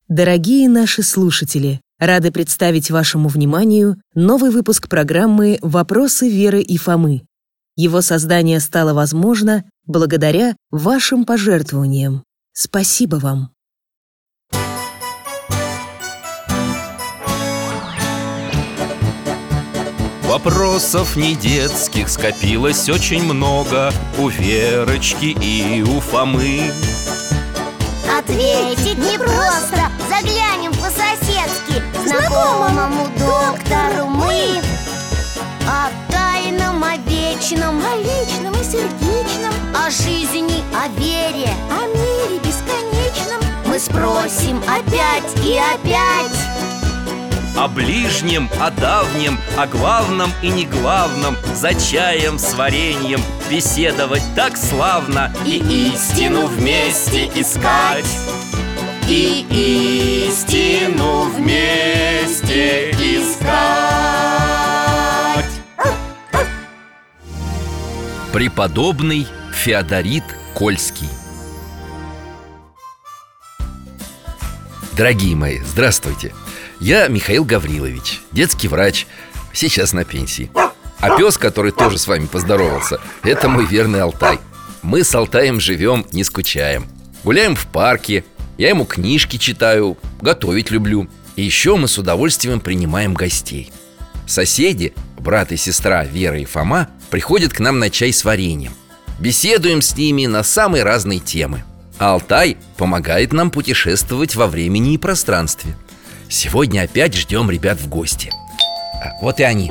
Дорогие наши слушатели, рады представить вашему вниманию новый выпуск программы «Вопросы Веры и Фомы». Его создание стало возможно благодаря вашим пожертвованиям. Спасибо вам! Вопросов не детских скопилось очень много у Верочки и у Фомы. Ответить непросто, заглянем по-соседски знакомому доктору мы. О тайном, о вечном, о личном и сердечном, о жизни, о вере, о мире бесконечном мы спросим опять и опять. О ближнем, о давнем, о главном и неглавном, за чаем с вареньем беседовать так славно. И истину вместе искать, и истину вместе искать. Преподобный Феодорит Кольский. Дорогие мои, здравствуйте! Я Михаил Гаврилович, детский врач, сейчас на пенсии. А пес, который тоже с вами поздоровался, это мой верный Алтай. Мы с Алтаем живем, не скучаем. Гуляем в парке, я ему книжки читаю, готовить люблю. И еще мы с удовольствием принимаем гостей. Соседи, брат и сестра Вера и Фома, приходят к нам на чай с вареньем. Беседуем с ними на самые разные темы. А Алтай помогает нам путешествовать во времени и пространстве. Сегодня опять ждем ребят в гости. Вот и они.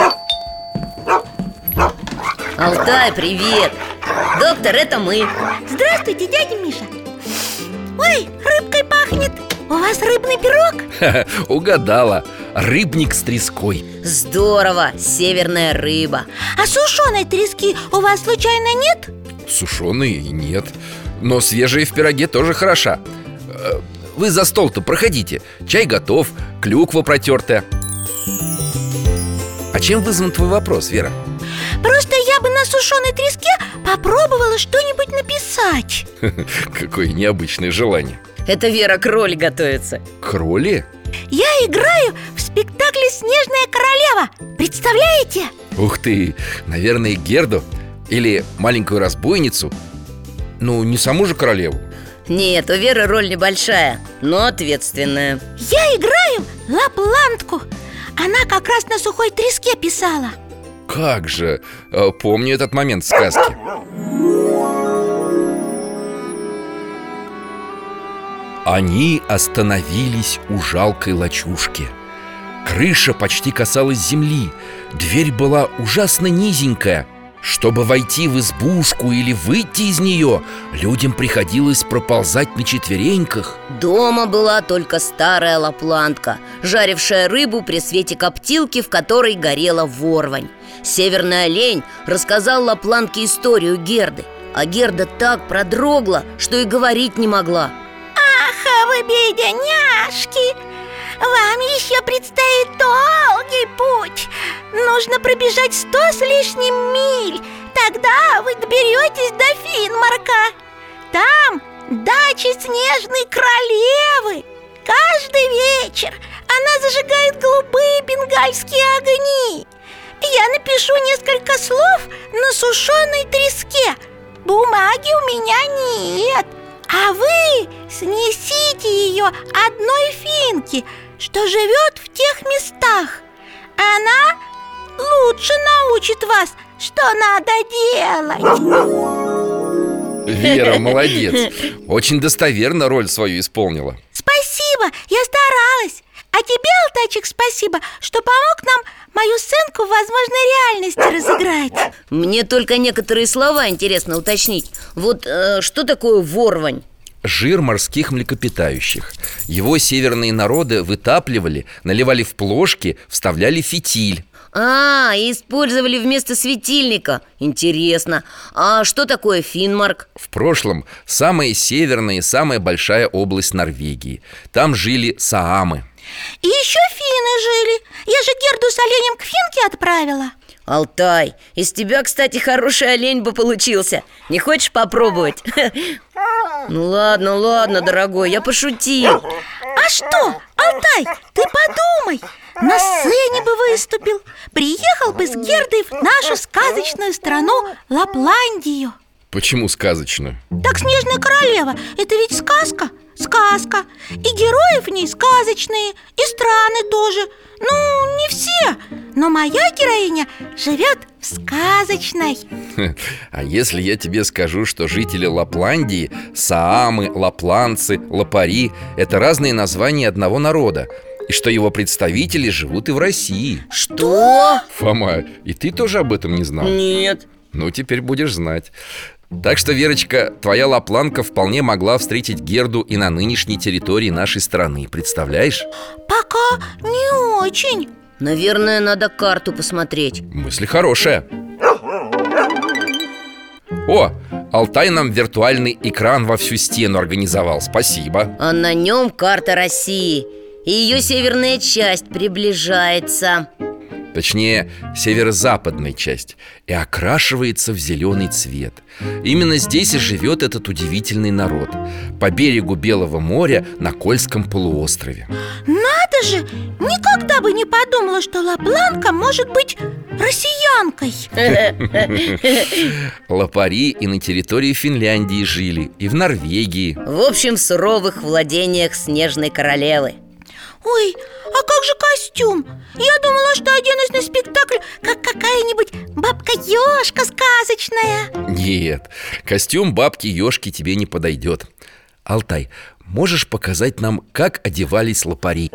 Алтай, привет! Доктор, это мы. Здравствуйте, дядя Миша. Ой, рыбкой пахнет. У вас рыбный пирог? Угадала. Рыбник с треской. Здорово, северная рыба. А сушеной трески у вас случайно нет? Сушеной нет, но свежая в пироге тоже хороша. Вы за стол-то проходите. Чай готов, клюква протертая. А чем вызван твой вопрос, Вера? Просто я бы на сушеной треске попробовала что-нибудь написать. Какое необычное желание. Это Вера к роли готовится. К роли? Я играю в спектакле «Снежная королева». Представляете? Ух ты, наверное, Герду или маленькую разбойницу. Ну, не саму же королеву. Нет, у Веры роль небольшая, но ответственная. Я играю Лапландку. Она как раз на сухой треске писала. Как же, помню этот момент в сказке. Они остановились у жалкой лачушки. Крыша почти касалась земли. Дверь была ужасно низенькая. Чтобы войти в избушку или выйти из нее, людям приходилось проползать на четвереньках. Дома была только старая лапландка, жарившая рыбу при свете коптилки, в которой горела ворвань. Северный олень рассказал лапландке историю Герды, а Герда так продрогла, что и говорить не могла. Ах, вы бедняжки! Вам еще предстоит долгий путь. Нужно пробежать 100 с лишним миль. Тогда вы доберетесь до Финмарка. Там дача снежной королевы. Каждый вечер она зажигает голубые бенгальские огни. Я напишу несколько слов на сушеной треске. Бумаги у меня нет. А вы снесите ее одной финке, что живет в тех местах. Она лучше научит вас, что надо делать. Вера, молодец. Очень достоверно роль свою исполнила. Спасибо, я старалась. А тебе, Алтайчик, спасибо, что помог нам мою сценку в возможной реальности разыграть. Мне только некоторые слова интересно уточнить. Вот что такое ворвань? Жир морских млекопитающих. Его северные народы вытапливали, наливали в плошки, вставляли фитиль. И использовали вместо светильника. Интересно. А что такое Финмарк? В прошлом самая северная и самая большая область Норвегии. Там жили саамы. И еще финны жили. Я же Герду с оленем к финке отправила. Алтай, из тебя, кстати, хороший олень бы получился. Не хочешь попробовать? Ну ладно, дорогой, я пошутил. А А что, Алтай, ты подумай, на сцене бы выступил, приехал бы с Гердой в нашу сказочную страну Лапландию. Почему сказочную? Так «Снежная королева» — это ведь сказка. Сказка. И герои в ней сказочные, и страны тоже. Ну, не все, но моя героиня живет в сказочной. А если я тебе скажу, что жители Лапландии, саамы, лапландцы, лопари — это разные названия одного народа, и что его представители живут и в России? Что? Фома, и ты тоже об этом не знал? Нет. Ну, теперь будешь знать. Так что, Верочка, твоя лапланка вполне могла встретить Герду и на нынешней территории нашей страны. Представляешь? Пока не очень. Наверное, надо карту посмотреть. Мысль хорошая. О, Алтай нам виртуальный экран во всю стену организовал. Спасибо. А на нем карта России. И ее северная часть приближается. Точнее, северо-западная часть. И окрашивается в зеленый цвет. Именно здесь и живет этот удивительный народ. По берегу Белого моря на Кольском полуострове. Надо же! Никогда бы не подумала, что лапланка может быть россиянкой. Лопари и на территории Финляндии жили, и в Норвегии. В общем, в суровых владениях Снежной королевы. Ой, а как же костюм? Я думала, что оденусь на спектакль, как какая-нибудь бабка-ежка сказочная. Нет, костюм бабки-ежки тебе не подойдет. Алтай, можешь показать нам, как одевались лопари?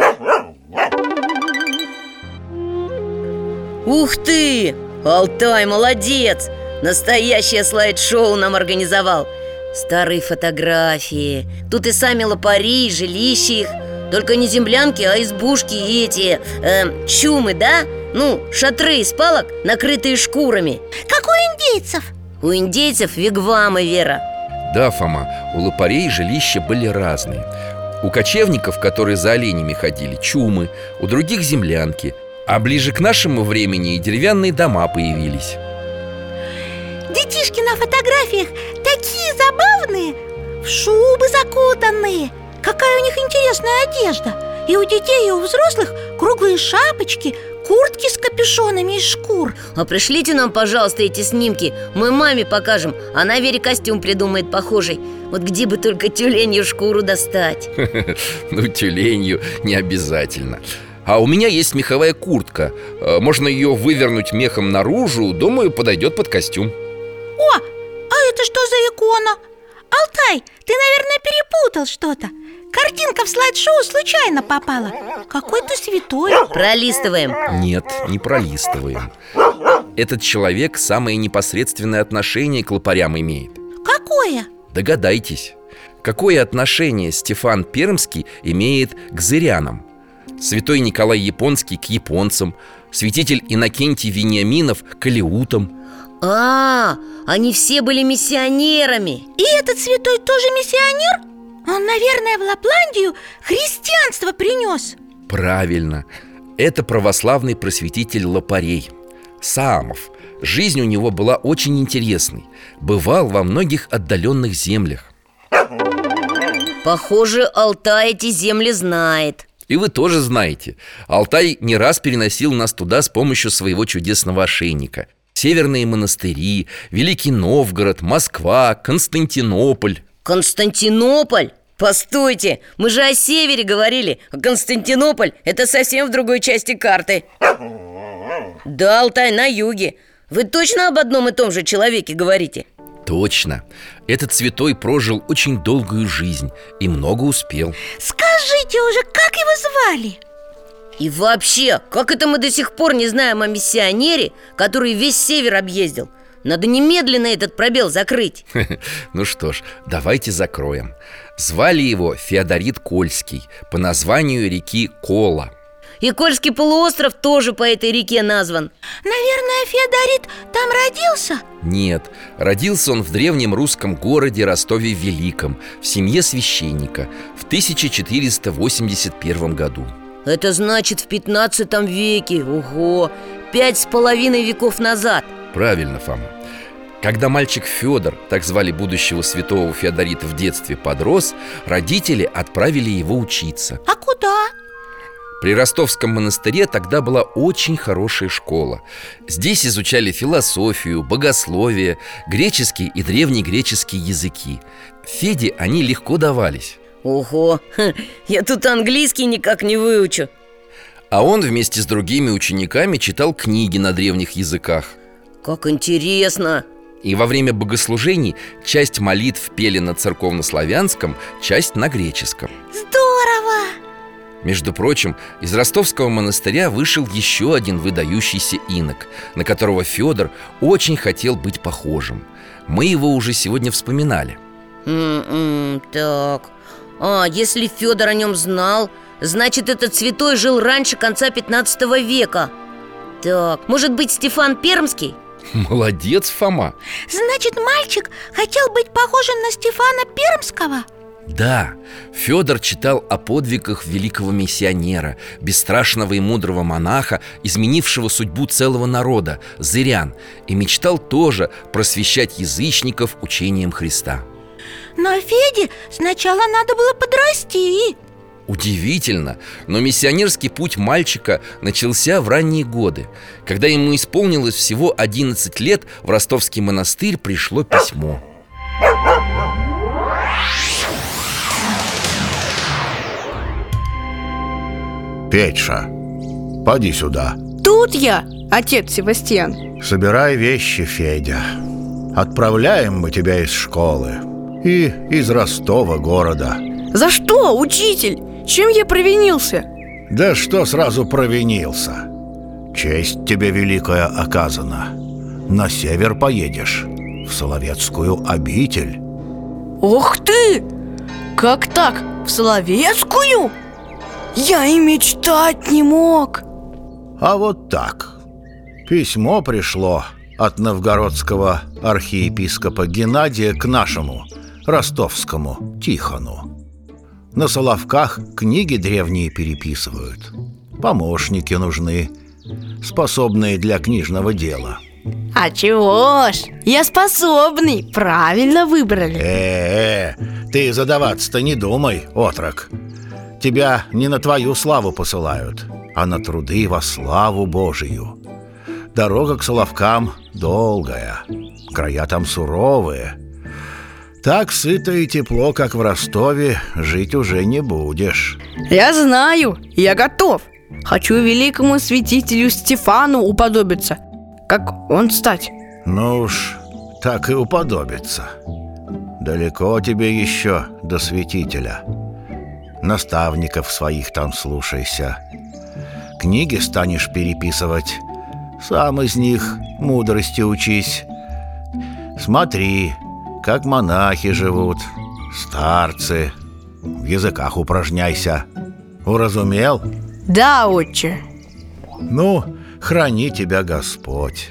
Ух ты! Алтай молодец! Настоящее слайд-шоу нам организовал. Старые фотографии. Тут и сами лопари, и жилища их. Только не землянки, а избушки и эти чумы, да? Ну, шатры из палок, накрытые шкурами. Как у индейцев. У индейцев вигвамы, Вера. Да, Фома, у лопарей жилища были разные. У кочевников, которые за оленями ходили, чумы, у других землянки. А ближе к нашему времени и деревянные дома появились. Детишки на фотографиях такие забавные, в шубы закутанные. Какая у них интересная одежда. И у детей, и у взрослых круглые шапочки, куртки с капюшонами из шкур. А пришлите нам, пожалуйста, эти снимки. Мы маме покажем. Она Вере костюм придумает похожий. Вот где бы только тюленью шкуру достать. Ну, тюленью не обязательно. А у меня есть меховая куртка. Можно ее вывернуть мехом наружу. Думаю, подойдет под костюм. О, а это что за икона? Алтай, ты, наверное, перепутал что-то. Картинка в слайд-шоу случайно попала. Какой ты святой. Пролистываем. Нет, не пролистываем. Этот человек самое непосредственное отношение к лопарям имеет. Какое? Догадайтесь. Какое отношение Стефан Пермский имеет к зырянам? Святой Николай Японский к японцам, святитель Иннокентий Вениаминов к алеутам. Они все были миссионерами. И этот святой тоже миссионер? Он, наверное, в Лапландию христианство принес. Правильно. Это православный просветитель лопарей, саамов. Жизнь у него была очень интересной. Бывал во многих отдаленных землях. Похоже, Алтай эти земли знает. И вы тоже знаете. Алтай не раз переносил нас туда с помощью своего чудесного ошейника. Северные монастыри, Великий Новгород, Москва, Константинополь. Константинополь? Постойте, мы же о севере говорили. А Константинополь – это совсем в другой части карты. Да, Алтай на юге. Вы точно об одном и том же человеке говорите? Точно. Этот святой прожил очень долгую жизнь и много успел. Скажите уже, как его звали? И вообще, как это мы до сих пор не знаем о миссионере, который весь север объездил? Надо немедленно этот пробел закрыть. Ну что ж, давайте закроем. Звали его Феодорит Кольский по названию реки Кола. И Кольский полуостров тоже по этой реке назван. Наверное, Феодорит там родился? Нет, родился он в древнем русском городе Ростове-Великом в семье священника в 1481 году. Это значит в 15 веке. Ого, 5,5 веков назад. Правильно, Фома. Когда мальчик Федор, так звали будущего святого Феодорита, в детстве подрос, родители отправили его учиться. А куда? При Ростовском монастыре тогда была очень хорошая школа. Здесь изучали философию, богословие, греческий и древнегреческий языки. Феде они легко давались. Ого, я тут английский никак не выучу. А он вместе с другими учениками читал книги на древних языках. Как интересно! И во время богослужений часть молитв пели на церковнославянском, часть на греческом. Здорово! Между прочим, из Ростовского монастыря вышел еще один выдающийся инок, на которого Федор очень хотел быть похожим. Мы его уже сегодня вспоминали. Так, если Федор о нем знал, значит, этот святой жил раньше конца 15 века. Так, может быть, Стефан Пермский? Молодец, Фома! Значит, мальчик хотел быть похожим на Стефана Пермского? Да, Федор читал о подвигах великого миссионера, бесстрашного и мудрого монаха, изменившего судьбу целого народа, зырян, и мечтал тоже просвещать язычников учением Христа. Но Феде сначала надо было подрасти. Удивительно, но миссионерский путь мальчика начался в ранние годы. Когда ему исполнилось всего 11 лет, в Ростовский монастырь пришло письмо. Петьша, поди сюда. Тут я, отец Севастьян. Собирай вещи, Федя. Отправляем мы тебя из школы и из Ростова города. За что, учитель? Чем я провинился? Да что сразу провинился? Честь тебе великая оказана. На север поедешь, в Соловецкую обитель. Ух ты! Как так? В Соловецкую? Я и мечтать не мог. А вот так. Письмо пришло от новгородского архиепископа Геннадия к нашему, ростовскому, Тихону. На Соловках книги древние переписывают. Помощники нужны, способные для книжного дела. А чего ж, я способный, правильно выбрали. Ты задаваться-то не думай, отрок. Тебя не на твою славу посылают, а на труды во славу Божию. Дорога к Соловкам долгая, края там суровые. Так сыто и тепло, как в Ростове, жить уже не будешь. Я знаю, я готов. Хочу великому святителю Стефану уподобиться. Как он стать? Ну уж, так и уподобиться. Далеко тебе еще до святителя. Наставников своих там слушайся. Книги станешь переписывать, сам из них мудрости учись. Смотри, как монахи живут, старцы. В языках упражняйся. Уразумел? Да, отче. Ну, храни тебя Господь.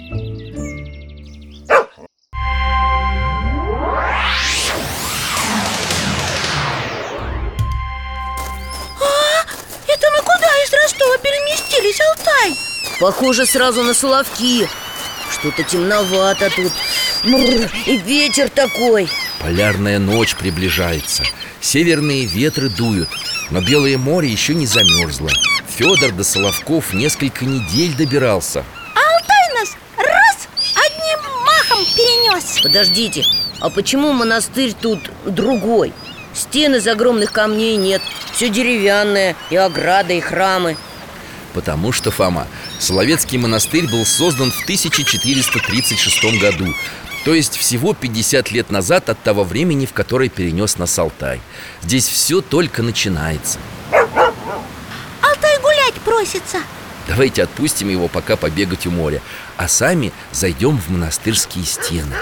Это мы куда из Ростова переместились, Алтай? Похоже сразу на Соловки. Что-то темновато тут. И ветер такой. Полярная ночь приближается. Северные ветры дуют, но Белое море еще не замерзло. Федор до Соловков несколько недель добирался. А Алтай нас раз одним махом перенес. Подождите, а почему монастырь тут другой? Стен из огромных камней нет, все деревянное, и ограды, и храмы. Потому что, Фома, Соловецкий монастырь был создан в 1436 году. То есть всего 50 лет назад от того времени, в которое перенес нас Алтай. Здесь все только начинается. Алтай гулять просится. Давайте отпустим его пока побегать у моря, а сами зайдем в монастырские стены.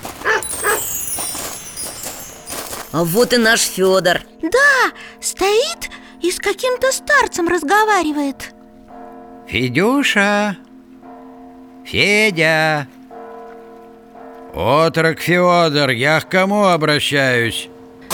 А вот и наш Федор. Да, стоит и с каким-то старцем разговаривает. Федюша, Федя. Отрок Федор, я к кому обращаюсь?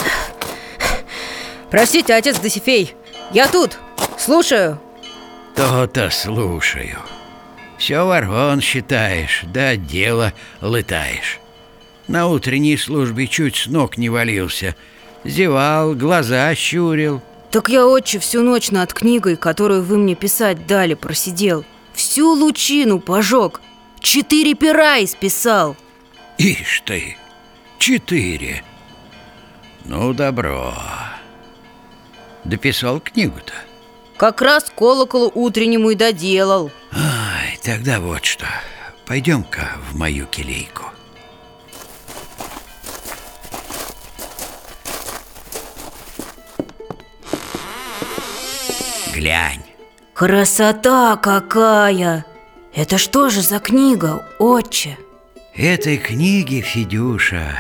Простите, отец Досифей, я тут, слушаю. То-то слушаю. Все ворон считаешь, да от дела лытаешь. На утренней службе чуть с ног не валился. Зевал, глаза щурил. Так я, отче, всю ночь над книгой, которую вы мне писать дали, просидел. Всю лучину пожег. 4 пера исписал. Ишь ты, 4. Ну, добро. Дописал книгу-то? Как раз колоколу утреннему и доделал. Ай, тогда вот что. Пойдем-ка в мою келейку. Глянь. Красота какая! Это что же за книга, отче? Этой книге, Федюша,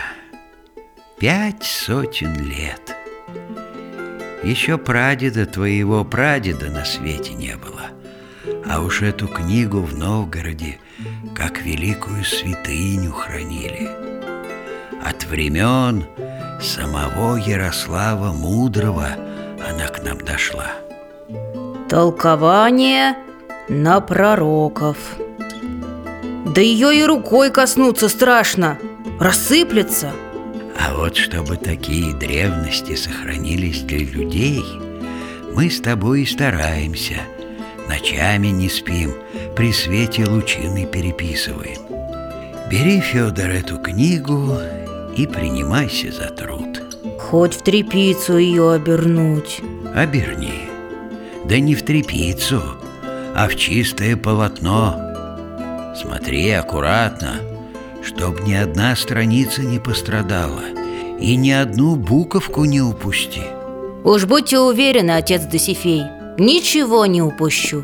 500 лет. Еще прадеда твоего прадеда на свете не было. А уж эту книгу в Новгороде как великую святыню хранили. От времен самого Ярослава Мудрого она к нам дошла. Толкование на пророков. Да ее и рукой коснуться страшно. Рассыплется. А вот чтобы такие древности сохранились для людей, мы с тобой и стараемся. Ночами не спим, при свете лучины переписываем. Бери, Федор, эту книгу и принимайся за труд. Хоть в тряпицу ее обернуть. Оберни. Да не в тряпицу, а в чистое полотно. Смотри аккуратно, чтоб ни одна страница не пострадала и ни одну буковку не упусти. Уж будьте уверены, отец Досифей, ничего не упущу.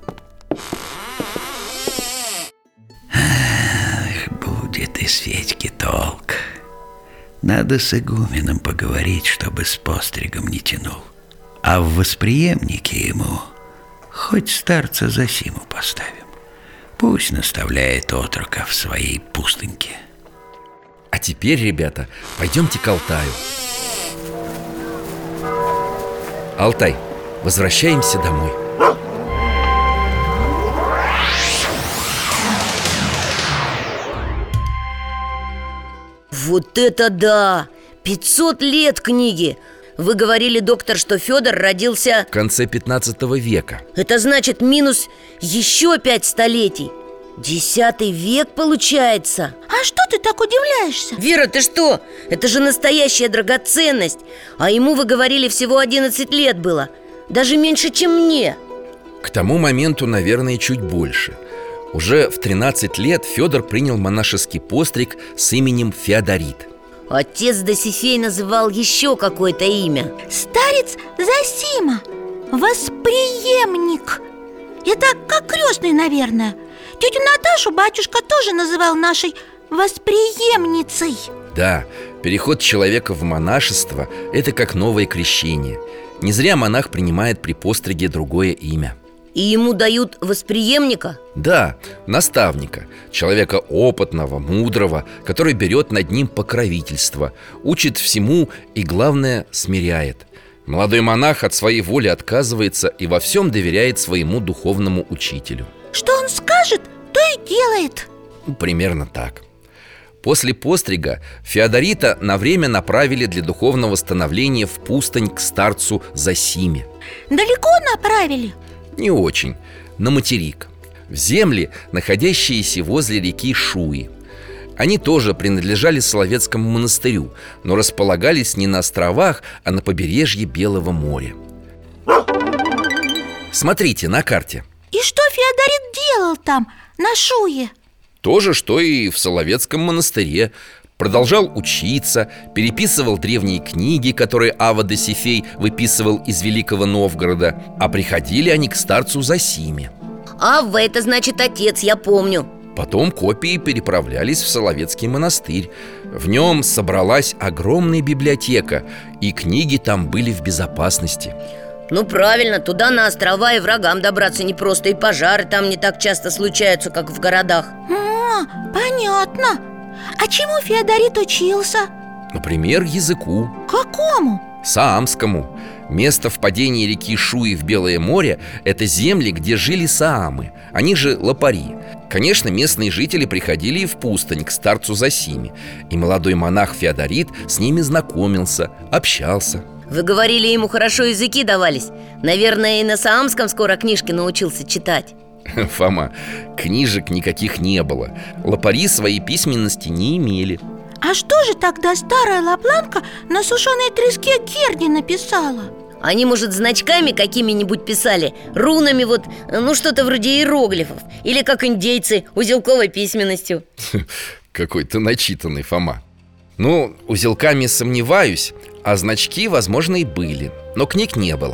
Ах, будет из Федьки толк. Надо с игуменом поговорить, чтобы с постригом не тянул. А в восприемнике ему хоть старца Зосиму поставим. Пусть наставляет отрока в своей пустыньке. А теперь, ребята, пойдемте к Алтаю. Алтай, возвращаемся домой. Вот это да! 500 лет книги! Вы говорили, доктор, что Федор родился В конце 15 века. Это значит минус еще 5 столетий. 10 век получается. А что ты так удивляешься? Вера, ты что? Это же настоящая драгоценность. А ему, вы говорили, всего 11 лет было. Даже меньше, чем мне. К тому моменту, наверное, чуть больше. Уже в 13 лет Федор принял монашеский постриг с именем Феодорит. Отец Досифей называл еще какое-то имя. Старец Зосима, восприемник. Это как крестный, наверное. Тетю Наташу батюшка тоже называл нашей восприемницей. Да, переход человека в монашество – это как новое крещение. Не зря монах принимает при постриге другое имя. И ему дают восприемника? Да, наставника, человека опытного, мудрого, который берет над ним покровительство, учит всему и, главное, смиряет. Молодой монах от своей воли отказывается и во всем доверяет своему духовному учителю. Что он скажет, то и делает. Примерно так. После пострига Феодорита на время направили для духовного становления в пустынь к старцу Зосиме. Далеко направили? Не очень, на материк, в земли, находящиеся возле реки Шуи. Они тоже принадлежали Соловецкому монастырю, но располагались не на островах, а на побережье Белого моря. Смотрите на карте. И что Феодорит делал там, на Шуе? То же, что и в Соловецком монастыре. Продолжал учиться, переписывал древние книги, которые Ава Досифей выписывал из Великого Новгорода. А приходили они к старцу Зосиме. Авва, это значит отец, я помню. Потом копии переправлялись в Соловецкий монастырь. В нем собралась огромная библиотека, и книги там были в безопасности. Ну правильно, туда на острова и врагам добраться непросто. И пожары там не так часто случаются, как в городах. Понятно. А чему Феодорит учился? Например, языку. Какому? Саамскому. Место впадения реки Шуи в Белое море – это земли, где жили саамы, они же лопари. Конечно, местные жители приходили и в пустынь к старцу Зосиме, и молодой монах Феодорит с ними знакомился, общался. Вы говорили, ему хорошо языки давались. Наверное, и на саамском скоро книжки научился читать. Фома, книжек никаких не было. Лопари своей письменности не имели. А что же тогда старая лапланка на сушеной треске Герде написала? Они, может, значками какими-нибудь писали, рунами вот, ну что-то вроде иероглифов. Или как индейцы, узелковой письменностью. Какой ты начитанный, Фома. Ну, узелками сомневаюсь, а значки, возможно, и были, но книг не было.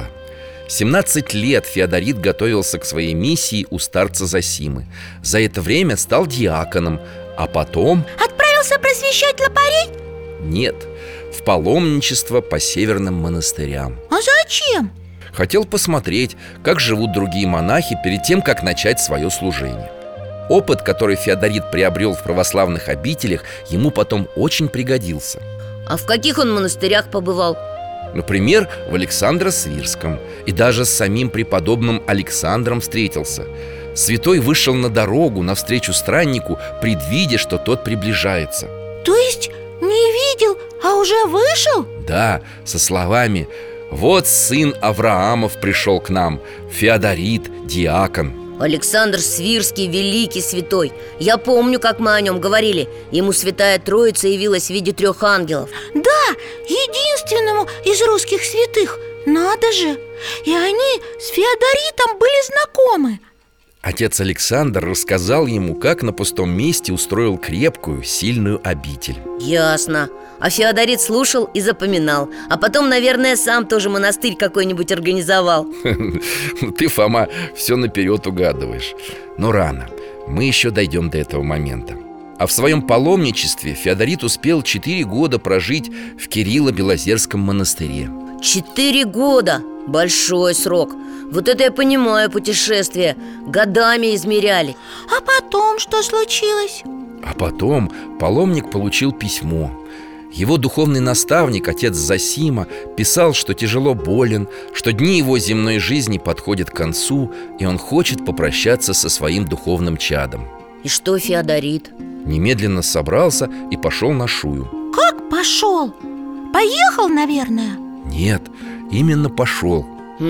17 лет Феодорит готовился к своей миссии у старца Зосимы. За это время стал диаконом, а потом... Отправился просвещать лопарей? Нет, в паломничество по северным монастырям. А зачем? Хотел посмотреть, как живут другие монахи перед тем, как начать свое служение. Опыт, который Феодорит приобрел в православных обителях, ему потом очень пригодился. А в каких он монастырях побывал? Например, в Александро-Свирском. И даже с самим преподобным Александром встретился. Святой вышел на дорогу навстречу страннику, предвидя, что тот приближается. То есть не видел, а уже вышел? Да, со словами: «Вот сын Авраамов пришел к нам, Феодорит, диакон». Александр Свирский, великий святой. Я помню, как мы о нем говорили. Ему Святая Троица явилась в виде 3 ангелов. Да, единственному из русских святых. Надо же! И они с Феодоритом были знакомы. Отец Александр рассказал ему, как на пустом месте устроил крепкую, сильную обитель. Ясно. А Феодорит слушал и запоминал. А потом, наверное, сам тоже монастырь какой-нибудь организовал. Ты, Фома, все наперед угадываешь. Но рано, мы еще дойдем до этого момента. А в своем паломничестве Феодорит успел 4 года прожить в Кирилло-Белозерском монастыре. 4 года! Большой срок. Вот это я понимаю путешествие. Годами измеряли. А потом что случилось? А потом паломник получил письмо. Его духовный наставник, отец Зосима, писал, что тяжело болен, что дни его земной жизни подходят к концу, и он хочет попрощаться со своим духовным чадом. И что Феодорит? Немедленно собрался и пошел на Шую. Как пошел? Поехал, наверное? Нет, именно пошел.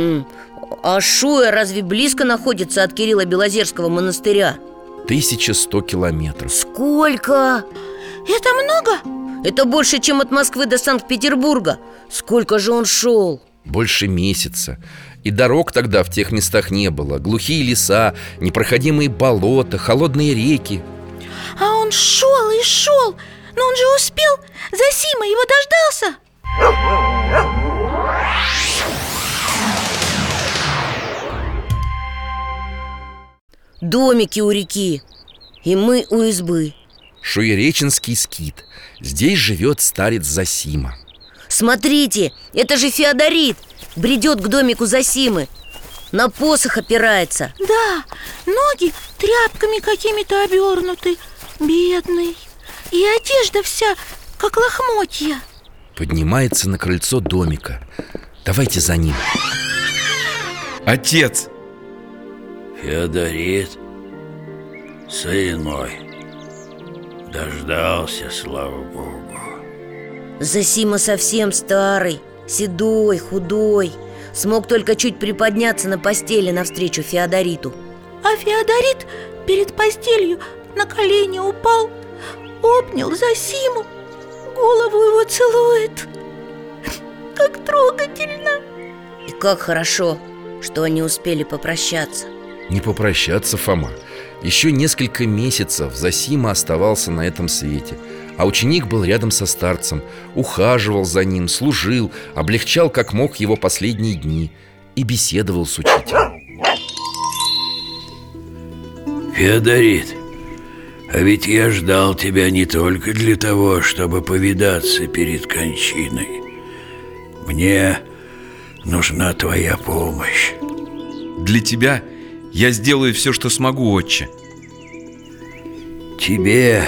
А Шуя разве близко находится от Кирилла-Белозерского монастыря? 1100 километров. Сколько? Это много? Это больше, чем от Москвы до Санкт-Петербурга. Сколько же он шел? Больше месяца. И дорог тогда в тех местах не было. Глухие леса, непроходимые болота, холодные реки. А он шел и шел. Но он же успел. Зосима его дождался. Домики у реки, и мы у избы. Шуереченский скит. Здесь живет старец Зосима. Смотрите, это же Феодорит. Бредет к домику Зосимы. На посох опирается. Да, ноги тряпками какими-то обернуты. Бедный. И одежда вся, как лохмотья. Поднимается на крыльцо домика. Давайте за ним. Отец! Феодорит, сын мой, дождался, слава Богу. Зосима совсем старый, седой, худой. Смог только чуть приподняться на постели навстречу Феодориту. А Феодорит перед постелью на колени упал, обнял Зосиму, голову его целует. Как трогательно. И как хорошо, что они успели попрощаться. Не попрощаться, Фома. Еще несколько месяцев Зосима оставался на этом свете, а ученик был рядом со старцем, ухаживал за ним, служил, облегчал как мог его последние дни и беседовал с учителем. Феодорит, а ведь я ждал тебя не только для того, чтобы повидаться перед кончиной. Мне нужна твоя помощь. Для тебя я сделаю все, что смогу, отче. Тебе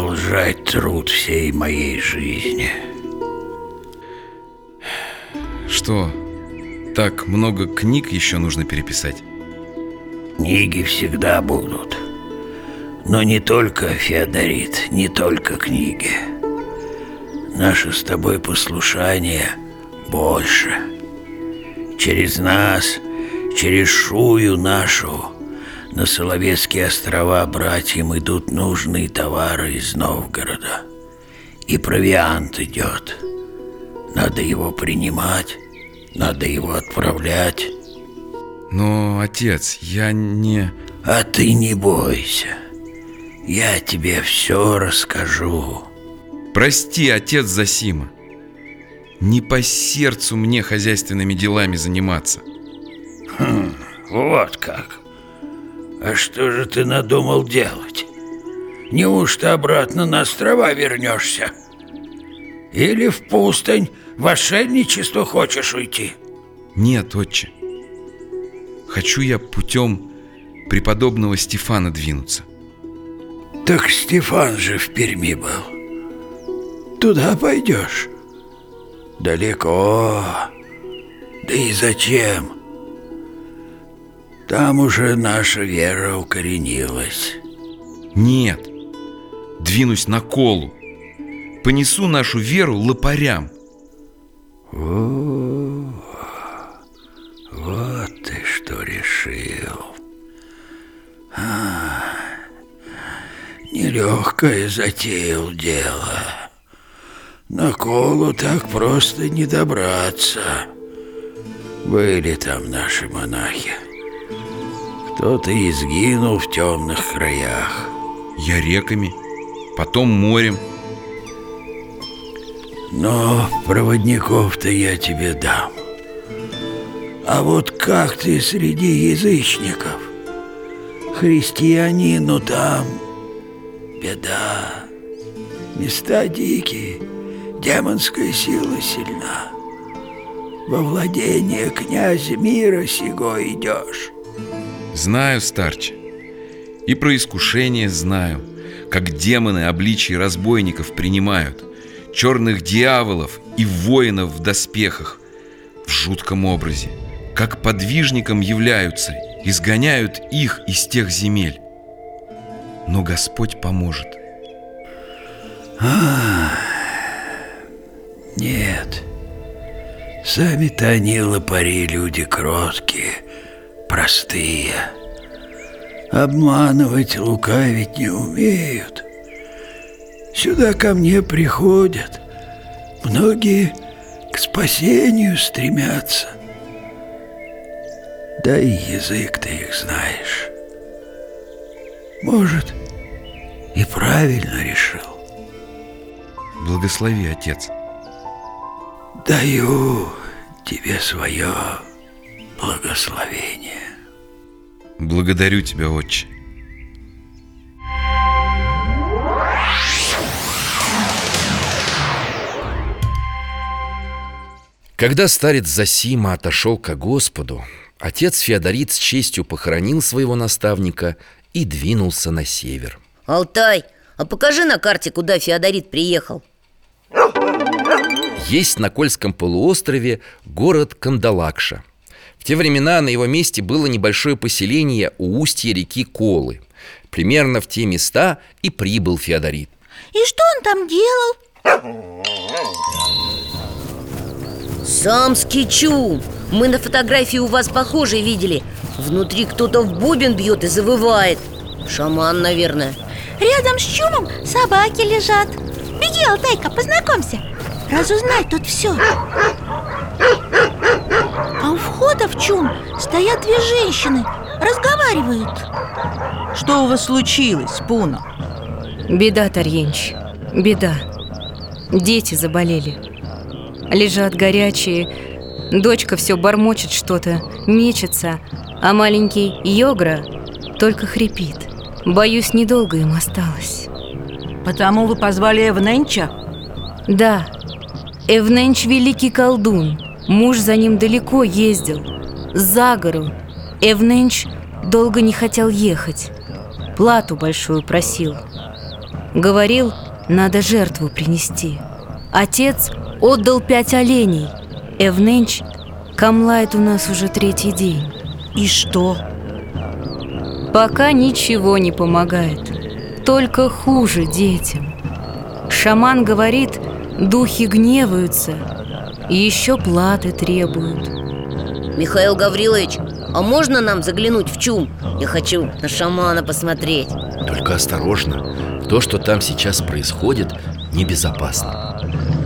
продолжать труд всей моей жизни. что, так много книг еще нужно переписать? Книги всегда будут. Но не только, Феодорит, не только книги. Наше с тобой послушание больше. Через нас, через шую нашу, на Соловецкие острова братьям идут нужные товары из Новгорода. И провиант идет. Надо его принимать, надо его отправлять. Но, отец, я не... А ты не бойся. Я тебе все расскажу. Прости, отец Зосима. Не по сердцу мне хозяйственными делами заниматься. Вот как. А что же ты надумал делать? Неужто обратно на острова вернешься? Или в пустынь в отшельничество хочешь уйти? Нет, отче. Хочу я путем преподобного Стефана двинуться. Так Стефан же в Перми был. Туда пойдешь? Далеко. Да и зачем? Там уже наша вера укоренилась. Нет, двинусь на Колу. Понесу нашу веру лопарям. Вот ты что решил. Нелегкое затеял дело. На Колу так просто не добраться. Были там наши монахи. Кто-то и сгинул в темных краях. Я реками, потом морем. Но проводников-то я тебе дам. А вот как ты среди язычников? Христианину там беда. Места дикие, демонская сила сильна. Во владение князя мира сего идешь. Знаю, старче. И про искушение знаю, как демоны обличий разбойников принимают, черных дьяволов и воинов в доспехах в жутком образе, как подвижникам являются, изгоняют их из тех земель. Но Господь поможет. Нет, сами-то они, лопари, люди кроткие, простые. Обманывать, лукавить не умеют. Сюда ко мне приходят. Многие к спасению стремятся. Да и язык ты их знаешь. Может, и правильно решил. Благослови, отец. Даю тебе свое благословение. Благодарю тебя, отче. Когда старец Зосима отошел ко Господу, отец Феодорит с честью похоронил своего наставника и двинулся на север. Алтай, а покажи на карте, куда Феодорит приехал. Есть на Кольском полуострове город Кандалакша. В те времена на его месте было небольшое поселение у устья реки Колы. Примерно в те места и прибыл Феодорит. И что он там делал? Самский чум. Мы на фотографии у вас похожие видели. Внутри кто-то в бубен бьет и завывает. Шаман, наверное. Рядом с чумом собаки лежат. Беги, Алтайка, познакомься. Разузнай тут все. А у входа в чум стоят две женщины, разговаривают. Что у вас случилось, Пуна? Беда, Тарьенч, беда. Дети заболели. Лежат горячие. Дочка все бормочет что-то, мечется. А маленький Йогра только хрипит. Боюсь, недолго им осталось. Потому вы позвали Эвненча? Да, Эвненч великий колдун. Муж за ним далеко ездил, за гору. Эвненч долго не хотел ехать. Плату большую просил. Говорил, надо жертву принести. Отец отдал 5 оленей. Эвненч Камлает у нас уже 3-й день. И что? Пока ничего не помогает, только хуже детям. Шаман говорит, духи гневаются и еще платы требуют. Михаил Гаврилович, а можно нам заглянуть в чум? Я хочу на шамана посмотреть. Только осторожно. То, что там сейчас происходит, небезопасно.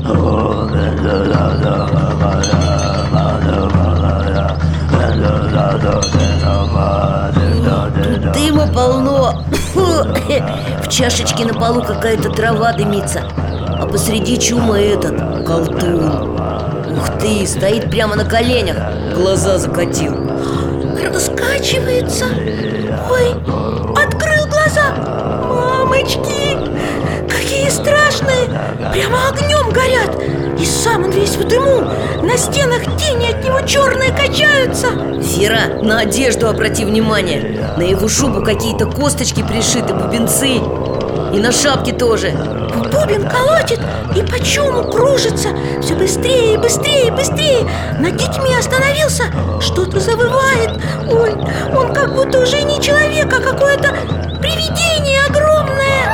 Тут дыма полно. В чашечке на полу какая-то трава дымится, а посреди чума этот колдун. Ух ты, стоит прямо на коленях, глаза закатил. Раскачивается. Ой, открыл глаза. Мамочки, какие страшные. Прямо огнем горят. И сам он весь в дыму. На стенах тени от него черные качаются. Вера, на одежду обрати внимание. На его шубу какие-то косточки пришиты, бубенцы. И на шапке тоже. Бубен колотит и по чуму кружится. Все быстрее, быстрее, быстрее. Над детьми остановился. Что-то завывает. Ой, он как будто уже не человек, а какое-то привидение огромное.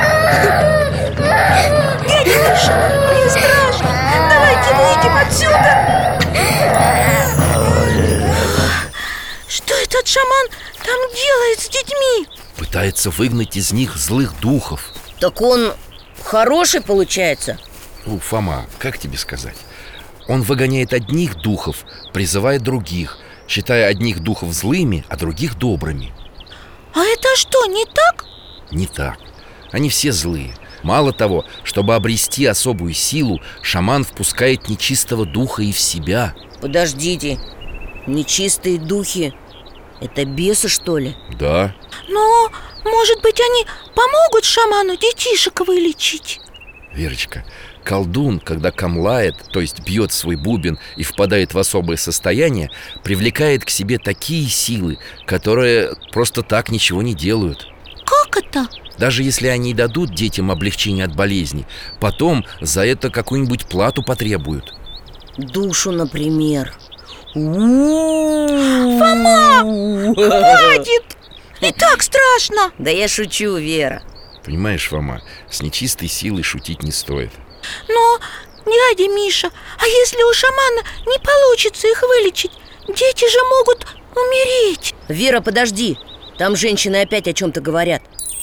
Дядя Миша, мне страшно. Давайте выйдем отсюда. Что этот шаман там делает с детьми? Пытается выгнать из них злых духов. Так он хороший получается? Фома, как тебе сказать? Он выгоняет одних духов, призывая других, считая одних духов злыми, а других добрыми. А это что, не так? Не так. Они все злые. Мало того, чтобы обрести особую силу, шаман впускает нечистого духа и в себя. Подождите, нечистые духи — это бесы, что ли? Да. Но, может быть, они помогут шаману детишек вылечить? Верочка, колдун, когда камлает, то есть бьет свой бубен и впадает в особое состояние, привлекает к себе такие силы, которые просто так ничего не делают. Как это? Даже если они дадут детям облегчение от болезни, потом за это какую-нибудь плату потребуют. Душу, например. Фома! Хватит! Не так страшно! Да я шучу, Вера. Понимаешь, Фома, с нечистой силой шутить не стоит. Но, дядя Миша, а если у шамана не получится их вылечить, дети же могут умереть. Вера, подожди, там женщины опять о чем-то говорят.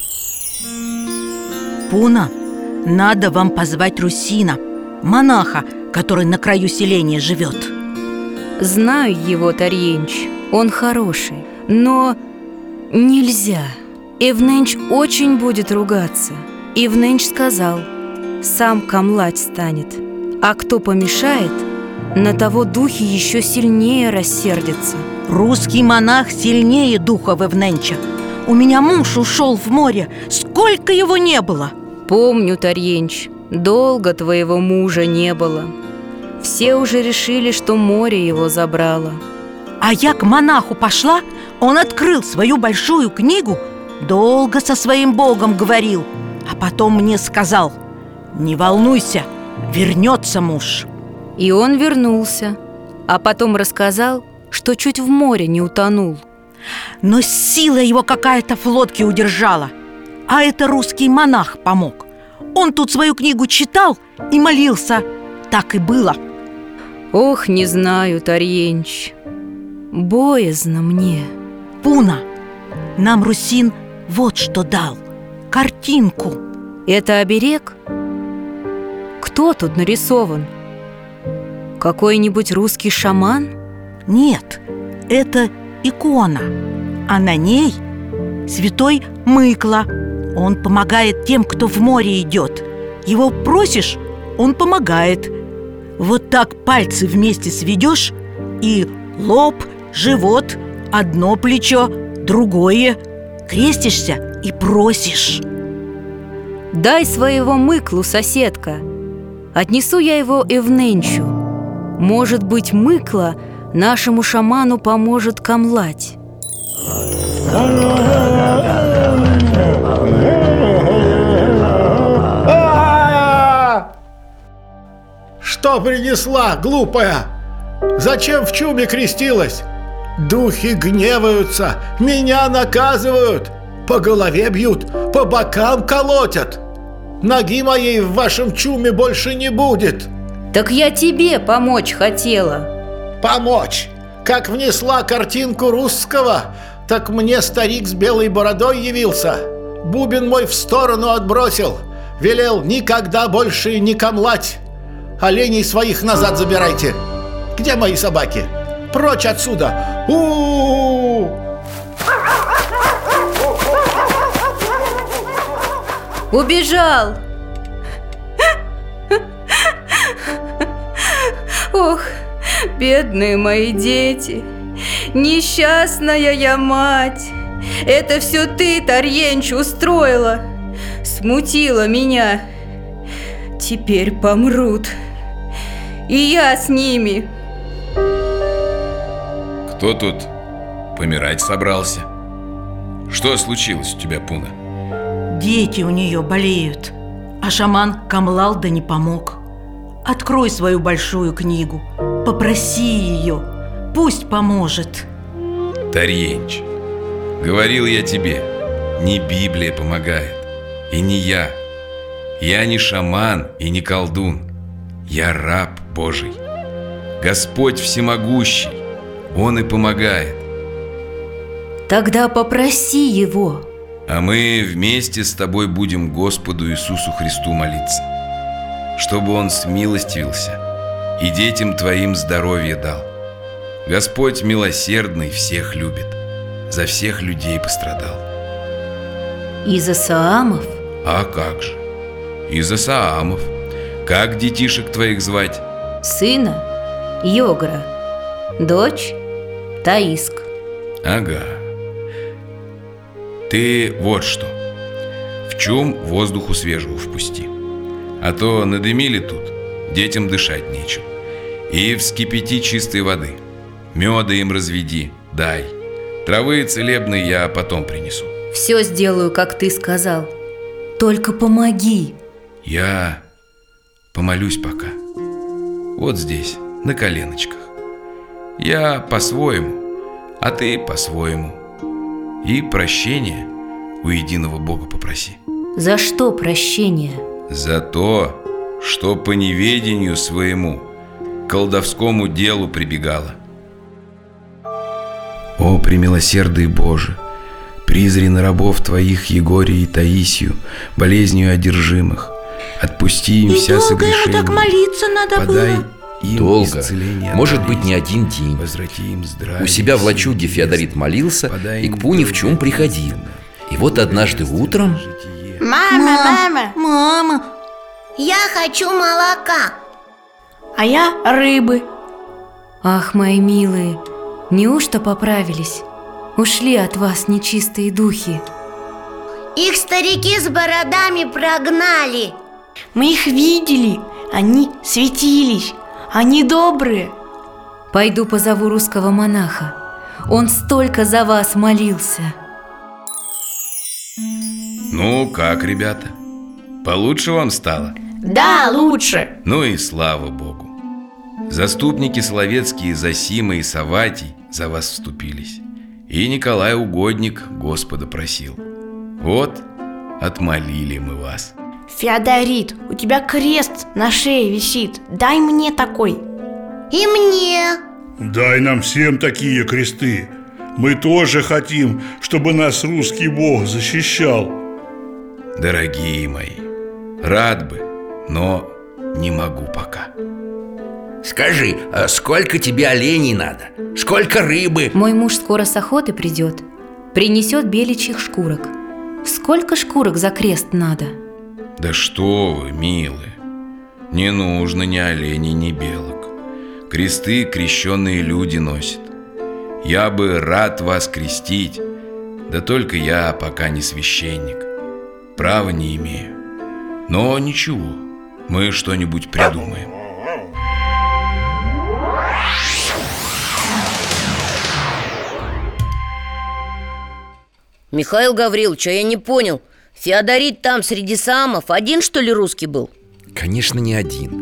Пуна, надо вам позвать Русина, монаха, который на краю селения живет. Знаю его, Тарьенч, он хороший, но нельзя. Эвненч очень будет ругаться. Эвненч сказал, сам камлать станет, а кто помешает, на того духи еще сильнее рассердятся. Русский монах сильнее духов Эвненча. У меня муж ушел в море, сколько его не было. Помню, Тарьенч, долго твоего мужа не было. Все уже решили, что море его забрало. А я к монаху пошла, он открыл свою большую книгу, долго со своим Богом говорил, а потом мне сказал: не волнуйся, вернется муж. И он вернулся, а потом рассказал, что чуть в море не утонул. Но сила его какая-то в лодке удержала. А это русский монах помог. Он тут свою книгу читал и молился. Так и было. Ох, не знаю, Тарьенч, боязно мне. Пуна, нам Русин вот что дал. Картинку. Это оберег? Кто тут нарисован? Какой-нибудь русский шаман? Нет, это икона, а на ней святой Мыкла. Он помогает тем, кто в море идет. Его просишь, он помогает. Вот так пальцы вместе сведешь, и лоб, живот, одно плечо, другое. Крестишься и просишь. Дай своего Мыклу, соседка. Отнесу я его Эвненчу. Может быть, Мыкла нашему шаману поможет камлать. Что принесла, глупая? Зачем в чуме крестилась? Духи гневаются, меня наказывают, по голове бьют, по бокам колотят. Ноги моей в вашем чуме больше не будет. Так я тебе помочь хотела. Помочь? Как внесла картинку русского, так мне старик с белой бородой явился. Бубен мой в сторону отбросил, велел никогда больше не камлать. Оленей своих назад забирайте. Где мои собаки? Прочь отсюда! У-у-у! Убежал! Ох, бедные мои дети! Несчастная я мать! Это все ты, Тарьенч, устроила! Смутила меня! Теперь помрут! И я с ними! Кто тут помирать собрался? Что случилось у тебя, Пуна? Дети у нее болеют, а шаман камлал да не помог. Открой свою большую книгу, попроси ее, пусть поможет. Тарьенч, говорил я тебе, не Библия помогает, и не я. Я не шаман и не колдун, я раб Божий. Господь всемогущий, Он и помогает. Тогда попроси его. А мы вместе с тобой будем Господу Иисусу Христу молиться, чтобы Он смилостивился и детям твоим здоровье дал. Господь милосердный, всех любит, за всех людей пострадал. Из-за Саамов? А как же, из-за Саамов. Как детишек твоих звать? Сына Йогра, дочь Таиск. Ага. Ты вот что, в чум воздуху свежего впусти, а то надымили тут, детям дышать нечем. И вскипяти чистой воды, меда им разведи, дай. Травы целебной я потом принесу. Все сделаю, как ты сказал. Только помоги. Я помолюсь пока. Вот здесь, на коленочках. Я по-своему, а ты по-своему. И прощения у единого Бога попроси. За что прощение? За то, что по неведению своему к колдовскому делу прибегала. О, премилосердый Боже, призри на рабов Твоих Егория и Таисию, болезнью одержимых. Отпусти им вся согрешения. И долго ему так молиться надо подай было? им долго, исцеление от может быть, болезни. не один день. Возврати им здравие. У себя в лачуге Феодорит молился и к Пуне в чум приходил. И вот однажды утром... Мама, я хочу молока. А я рыбы. Ах, мои милые, неужто поправились? Ушли от вас нечистые духи? Их старики с бородами прогнали. Мы их видели, они светились, они добрые. Пойду позову русского монаха. Он столько за вас молился. Ну, как, ребята? Получше вам стало? Да, лучше. Ну и слава Богу. Заступники словецкие Зосима и Саватий за вас вступились. И Николай Угодник Господа просил. Вот, отмолили мы вас. Феодорит, у тебя крест на шее висит. Дай мне такой. И мне. Дай нам всем такие кресты. Мы тоже хотим, чтобы нас русский Бог защищал. Дорогие мои, рад бы, но не могу пока. Скажи, а сколько тебе оленей надо? Сколько рыбы? Мой муж скоро с охоты придет. Принесет беличьих шкурок. Сколько шкурок за крест надо? Да что вы, милые, не нужно ни оленей, ни белок. Кресты крещенные люди носят. Я бы рад вас крестить, да только я пока не священник. Права не имею. Но ничего, мы что-нибудь придумаем. Михаил Гаврилович, а я не понял, Феодорит там среди саамов один, что ли, русский был? Конечно, не один.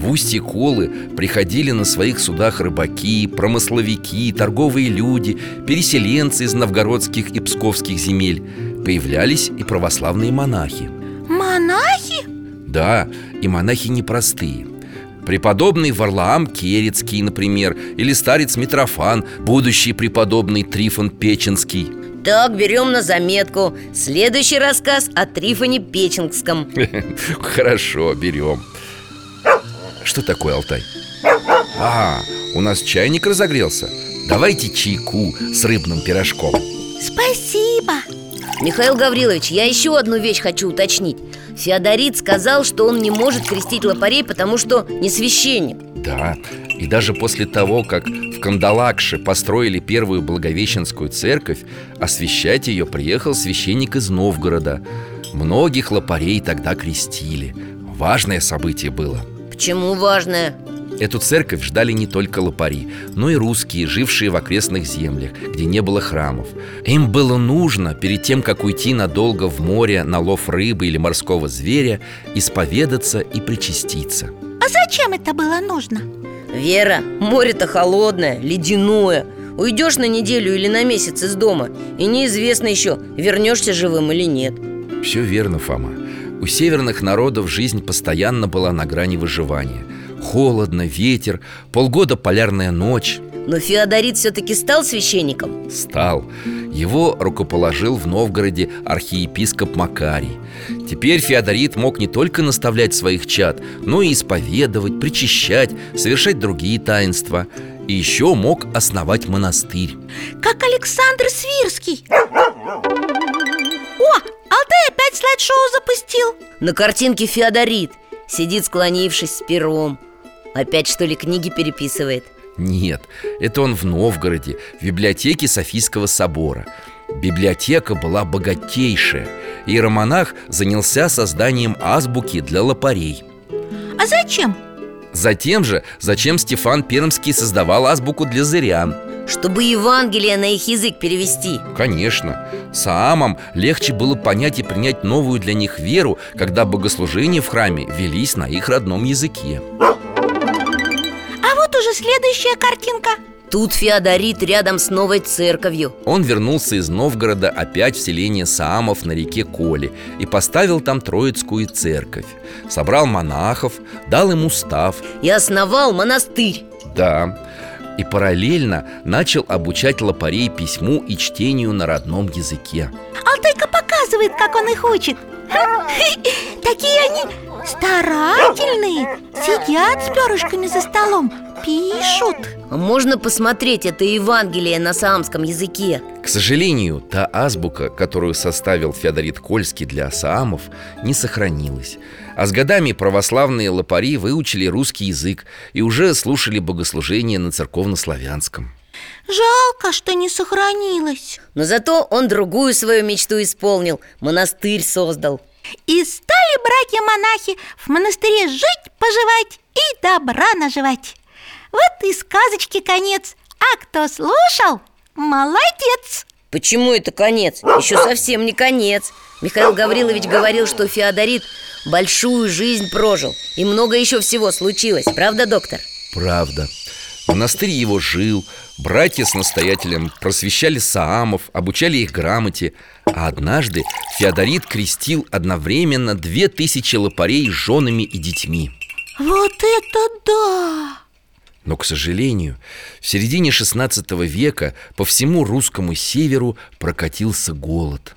В устье Колы приходили на своих судах рыбаки, промысловики, торговые люди, переселенцы из новгородских и псковских земель. Появлялись и православные монахи. Монахи? Да, и монахи непростые. Преподобный Варлаам Керецкий, например, или старец Митрофан, будущий преподобный Трифон Печенский. Так, берем на заметку. Следующий рассказ о Трифоне Печенгском. Хорошо, берем. Что такое, Алтай? У нас чайник разогрелся. Давайте чайку с рыбным пирожком. Спасибо. Михаил Гаврилович, я еще одну вещь хочу уточнить. Феодорит сказал, что он не может крестить лопарей, потому что не священник. Да, и даже после того, как в Кандалакше построили первую Благовещенскую церковь, освящать ее приехал священник из Новгорода. Многих лопарей тогда крестили. Важное событие было. Почему важное? Эту церковь ждали не только лопари, но и русские, жившие в окрестных землях, где не было храмов. Им было нужно, перед тем, как уйти надолго в море на лов рыбы или морского зверя, исповедаться и причаститься. А зачем это было нужно? Вера, море-то холодное, ледяное. Уйдешь на неделю или на месяц из дома, и неизвестно еще, вернешься живым или нет. Все верно, Фома. У северных народов жизнь постоянно была на грани выживания. Холодно, ветер, полгода полярная ночь. Но Феодорит все-таки стал священником? Стал. Его рукоположил в Новгороде архиепископ Макарий. Теперь Феодорит мог не только наставлять своих чад, но и исповедовать, причащать, совершать другие таинства. И еще мог основать монастырь. Как Александр Свирский. О, Алтай опять слайд-шоу запустил. На картинке Феодорит сидит, склонившись с пером. Опять, что ли, книги переписывает? Нет, это он в Новгороде, в библиотеке Софийского собора. Библиотека была богатейшая. Иеромонах занялся созданием азбуки для лопарей. А зачем? Затем же, зачем Стефан Пермский создавал азбуку для зырян. Чтобы Евангелие на их язык перевести. Конечно. Саамам легче было понять и принять новую для них веру, когда богослужения в храме велись на их родном языке. А вот уже следующая картинка. Тут Феодорит рядом с новой церковью. Он вернулся из Новгорода опять в селение Саамов на реке Коле и поставил там Троицкую церковь. Собрал монахов, дал им устав. И основал монастырь. Да. И параллельно начал обучать лопарей письму и чтению на родном языке. Алтайка показывает, как он их учит. Такие они старательные. Сидят с перышками за столом, пишут. Можно посмотреть это Евангелие на саамском языке? К сожалению, та азбука, которую составил Феодорит Кольский для саамов, не сохранилась. А с годами православные лопари выучили русский язык и уже слушали богослужения на церковнославянском. Жалко, что не сохранилось. Но зато он другую свою мечту исполнил. Монастырь создал. И стали братья-монахи в монастыре жить, поживать и добра наживать. Вот и сказочки конец. А кто слушал, молодец. Почему это конец? Еще совсем не конец. Михаил Гаврилович говорил, что Феодорит большую жизнь прожил, и много еще всего случилось. Правда, доктор? Правда. Монастырь его жил. Братья с настоятелем просвещали саамов, обучали их грамоте. А однажды Феодорит крестил одновременно 2000 лопарей с женами и детьми. Вот это да! Но, к сожалению, в середине 16 века по всему русскому северу прокатился голод.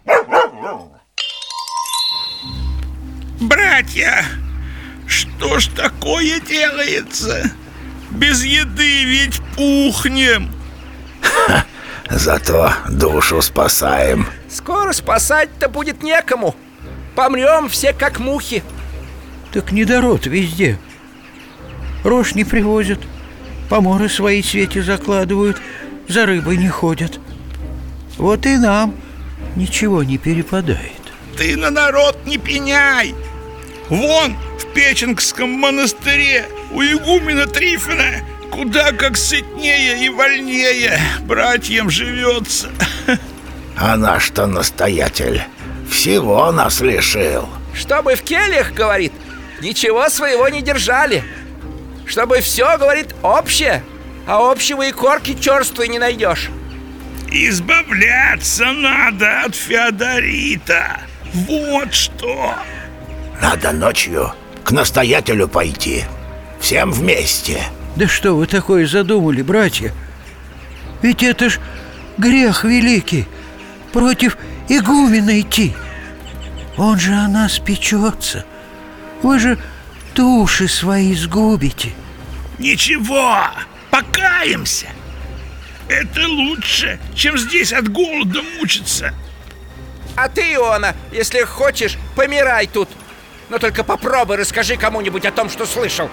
Братья, что ж такое делается? Без еды ведь пухнем. Зато душу спасаем. Скоро спасать-то будет некому. Помрем все как мухи. Так недород везде. Рожь не привозят, поморы свои сети закладывают, за рыбой не ходят. Вот и нам ничего не перепадает. Ты на народ не пеняй. Вон в Печенгском монастыре у игумена Трифона куда как сытнее и вольнее братьям живется. А наш-то настоятель всего нас лишил. Чтобы в кельях, говорит, ничего своего не держали. чтобы все, говорит, общее. А общего и корки черствой не найдешь. Избавляться надо от Феодорита. Вот что. Надо ночью к настоятелю пойти. Всем вместе. Да что вы такое задумали, братья? Ведь это ж грех великий. Против игумена идти. Он же о нас печется. Вы же души свои сгубите. Ничего, покаемся. Это лучше, чем здесь от голода мучиться. А ты, Иона, если хочешь, помирай тут. Но только попробуй расскажи кому-нибудь о том, что слышал.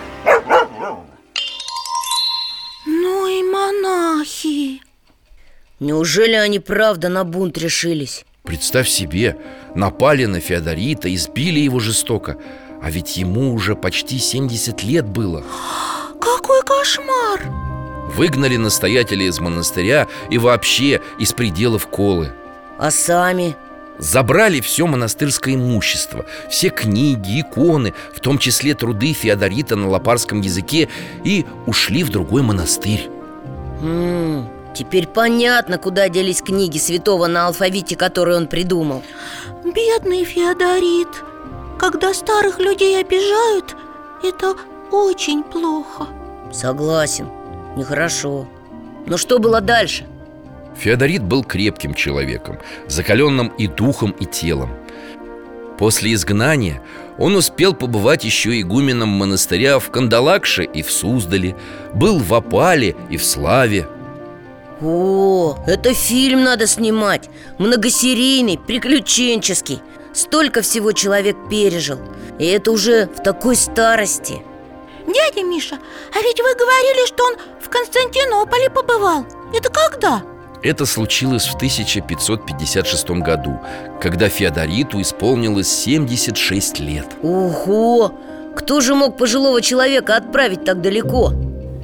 Ну и монахи. Неужели они правда на бунт решились? Представь себе, напали на Феодорита, избили его жестоко. А ведь ему уже почти 70 лет было. Какой кошмар! Выгнали настоятеля из монастыря и вообще из пределов Колы. А сами? Забрали все монастырское имущество, все книги, иконы, в том числе труды Феодорита на лопарском языке, и ушли в другой монастырь. Теперь понятно, куда делись книги святого на алфавите, который он придумал. Бедный Феодорит. Когда старых людей обижают, это очень плохо. Согласен, нехорошо. Но что было дальше? Феодорит был крепким человеком, закаленным и духом, и телом. После изгнания он успел побывать еще игуменом монастыря в Кандалакше и в Суздале, был в Опале и в Славе. О, это фильм надо снимать. Многосерийный, приключенческий. Столько всего человек пережил. И это уже в такой старости. Дядя Миша, а ведь вы говорили, что он в Константинополе побывал. Это когда? Это случилось в 1556 году, когда Феодориту исполнилось 76 лет. Ого! Кто же мог пожилого человека отправить так далеко?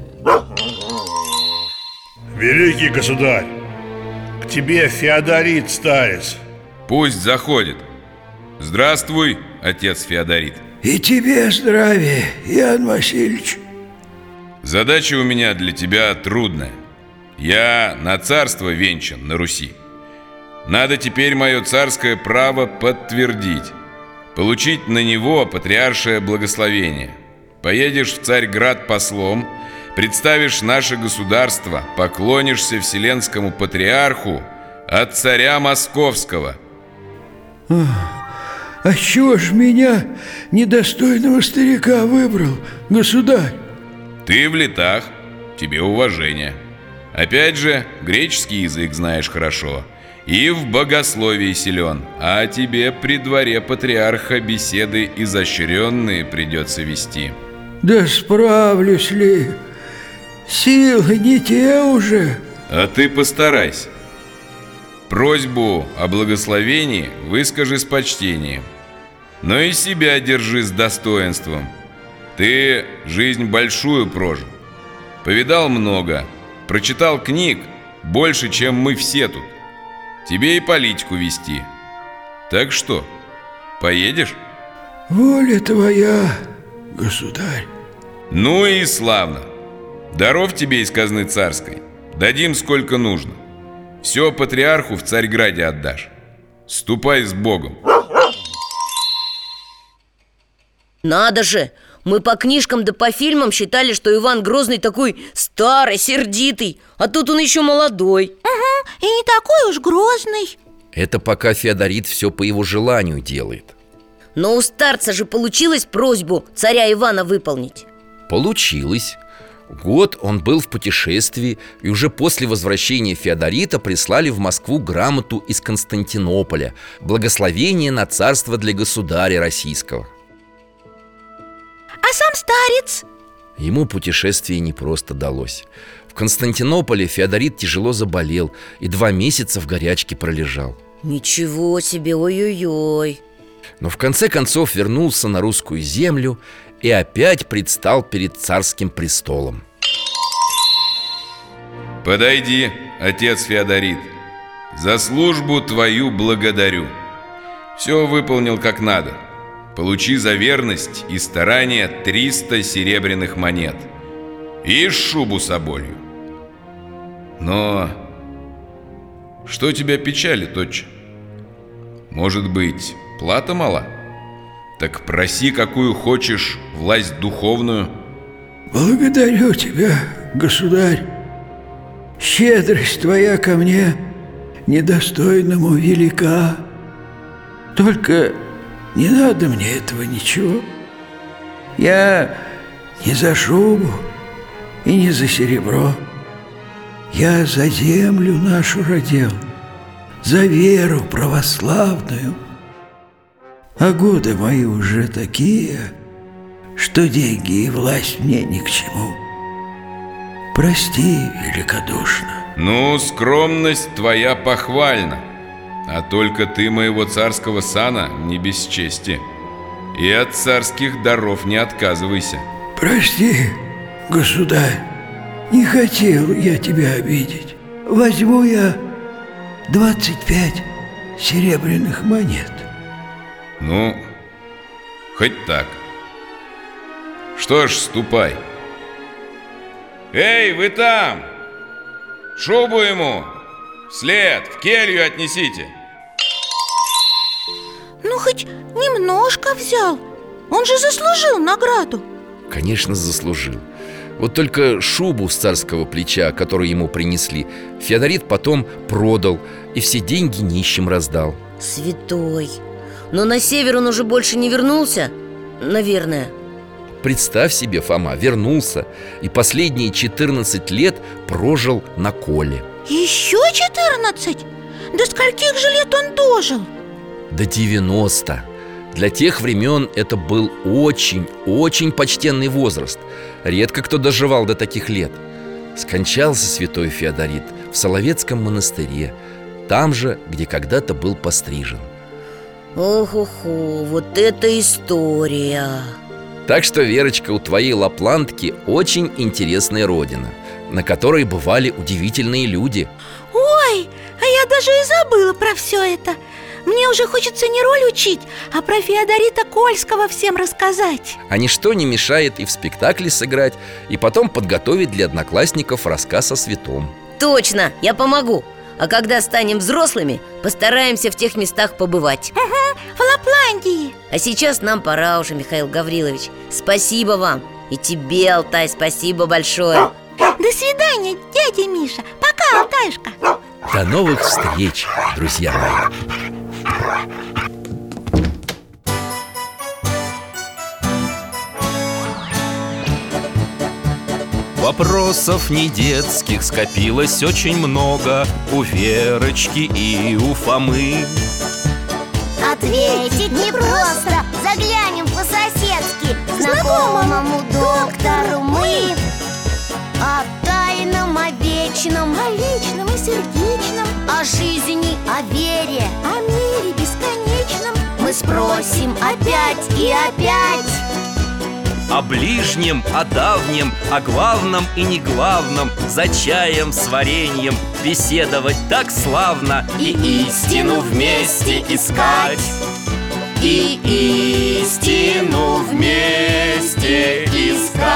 Великий государь, к тебе Феодорит старец. Пусть заходит. Здравствуй, отец Феодорит. И тебе здравия, Иоанн Васильевич. Задача у меня для тебя трудная. Я на царство венчан на Руси. Надо теперь мое царское право подтвердить, получить на него патриаршее благословение. Поедешь в Царьград послом, представишь наше государство, поклонишься Вселенскому патриарху от царя Московского. А чего ж меня, недостойного старика, выбрал государь? Ты в летах, тебе уважение. Опять же, греческий язык знаешь хорошо и в богословии силен. А тебе при дворе патриарха беседы изощренные придется вести. Да справлюсь ли? Силы не те уже. А ты постарайся. Просьбу о благословении выскажи с почтением, но и себя держи с достоинством. Ты жизнь большую прожил, повидал много, прочитал книг больше, чем мы все тут. Тебе и политику вести. Так что, поедешь? Воля твоя, государь. Ну и славно. Даров тебе из казны царской дадим сколько нужно. Все патриарху в Царьграде отдашь. Ступай с Богом. Надо же! Мы по книжкам да по фильмам считали, что Иван Грозный такой старый, сердитый. А тут он еще молодой. Угу, и не такой уж грозный. Это пока Феодорит все по его желанию делает. Но у старца же получилось просьбу царя Ивана выполнить? Получилось. Год он был в путешествии, и уже после возвращения Феодорита прислали в Москву грамоту из Константинополя, благословение на царство для государя российского. А сам старец? Ему путешествие не просто далось. В Константинополе Феодорит тяжело заболел и 2 месяца в горячке пролежал. Ничего себе, ой-ой-ой. Но в конце концов вернулся на русскую землю и опять предстал перед царским престолом. Подойди, отец Феодорит. За службу твою благодарю. Все выполнил как надо. Получи за верность и старание 300 серебряных монет. и шубу соболью. Но что тебя печалит, отче? Может быть, плата мала? Так проси, какую хочешь, власть духовную. Благодарю тебя, государь. Щедрость твоя ко мне недостойному велика. Только не надо мне этого ничего. Я не за шубу и не за серебро. Я за землю нашу родил, за веру православную. А годы мои уже такие, что деньги и власть мне ни к чему. Прости великодушно. Ну, скромность твоя похвальна, а только ты моего царского сана не бесчести, и от царских даров не отказывайся. Прости, государь, не хотел я тебя обидеть. Возьму я 25 серебряных монет. Ну, хоть так. Что ж, ступай. Эй, вы там! Шубу ему! Вслед, в келью отнесите. Ну, хоть немножко взял. Он же заслужил награду. Конечно, заслужил. Вот только шубу с царского плеча, которую ему принесли, Феодорит потом продал и все деньги нищим раздал. Святой. Но на север он уже больше не вернулся? Наверное. Представь себе, Фома, вернулся и последние 14 лет прожил на Коле. Еще 14? До скольких же лет он дожил? До 90. Для тех времен это был очень почтенный возраст. Редко кто доживал до таких лет. Скончался святой Феодорит в Соловецком монастыре, там же, где когда-то был пострижен. Ох-охо, вот это история. Так что, Верочка, у твоей лапландки очень интересная родина, на которой бывали удивительные люди. Ой, а я даже и забыла про все это. Мне уже хочется не роль учить, а про Феодорита Кольского всем рассказать. А ничто не мешает и в спектакле сыграть, и потом подготовить для одноклассников рассказ о святом. Точно, я помогу. А когда станем взрослыми, постараемся в тех местах побывать. Угу, в Лапландии. А сейчас нам пора уже, Михаил Гаврилович. Спасибо вам. И тебе, Алтай, спасибо большое. До свидания, дядя Миша. Пока, Алтаюшка. До новых встреч, друзья мои. Вопросов не детских скопилось очень много у Верочки и у Фомы. Ответить непросто, заглянем по-соседски знакомому доктору мы. О тайном, о вечном, о личном и сердечном, о жизни, о вере, о мире бесконечном мы спросим опять и опять. О ближнем, о давнем, о главном и неглавном, за чаем с вареньем беседовать так славно. И истину вместе искать. И истину вместе искать.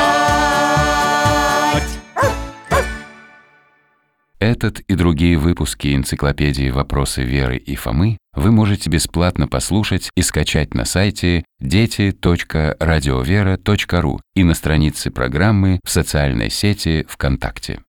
Этот и другие выпуски энциклопедии «Вопросы Веры и Фомы» вы можете бесплатно послушать и скачать на сайте дети.радиовера.ру и на странице программы в социальной сети ВКонтакте.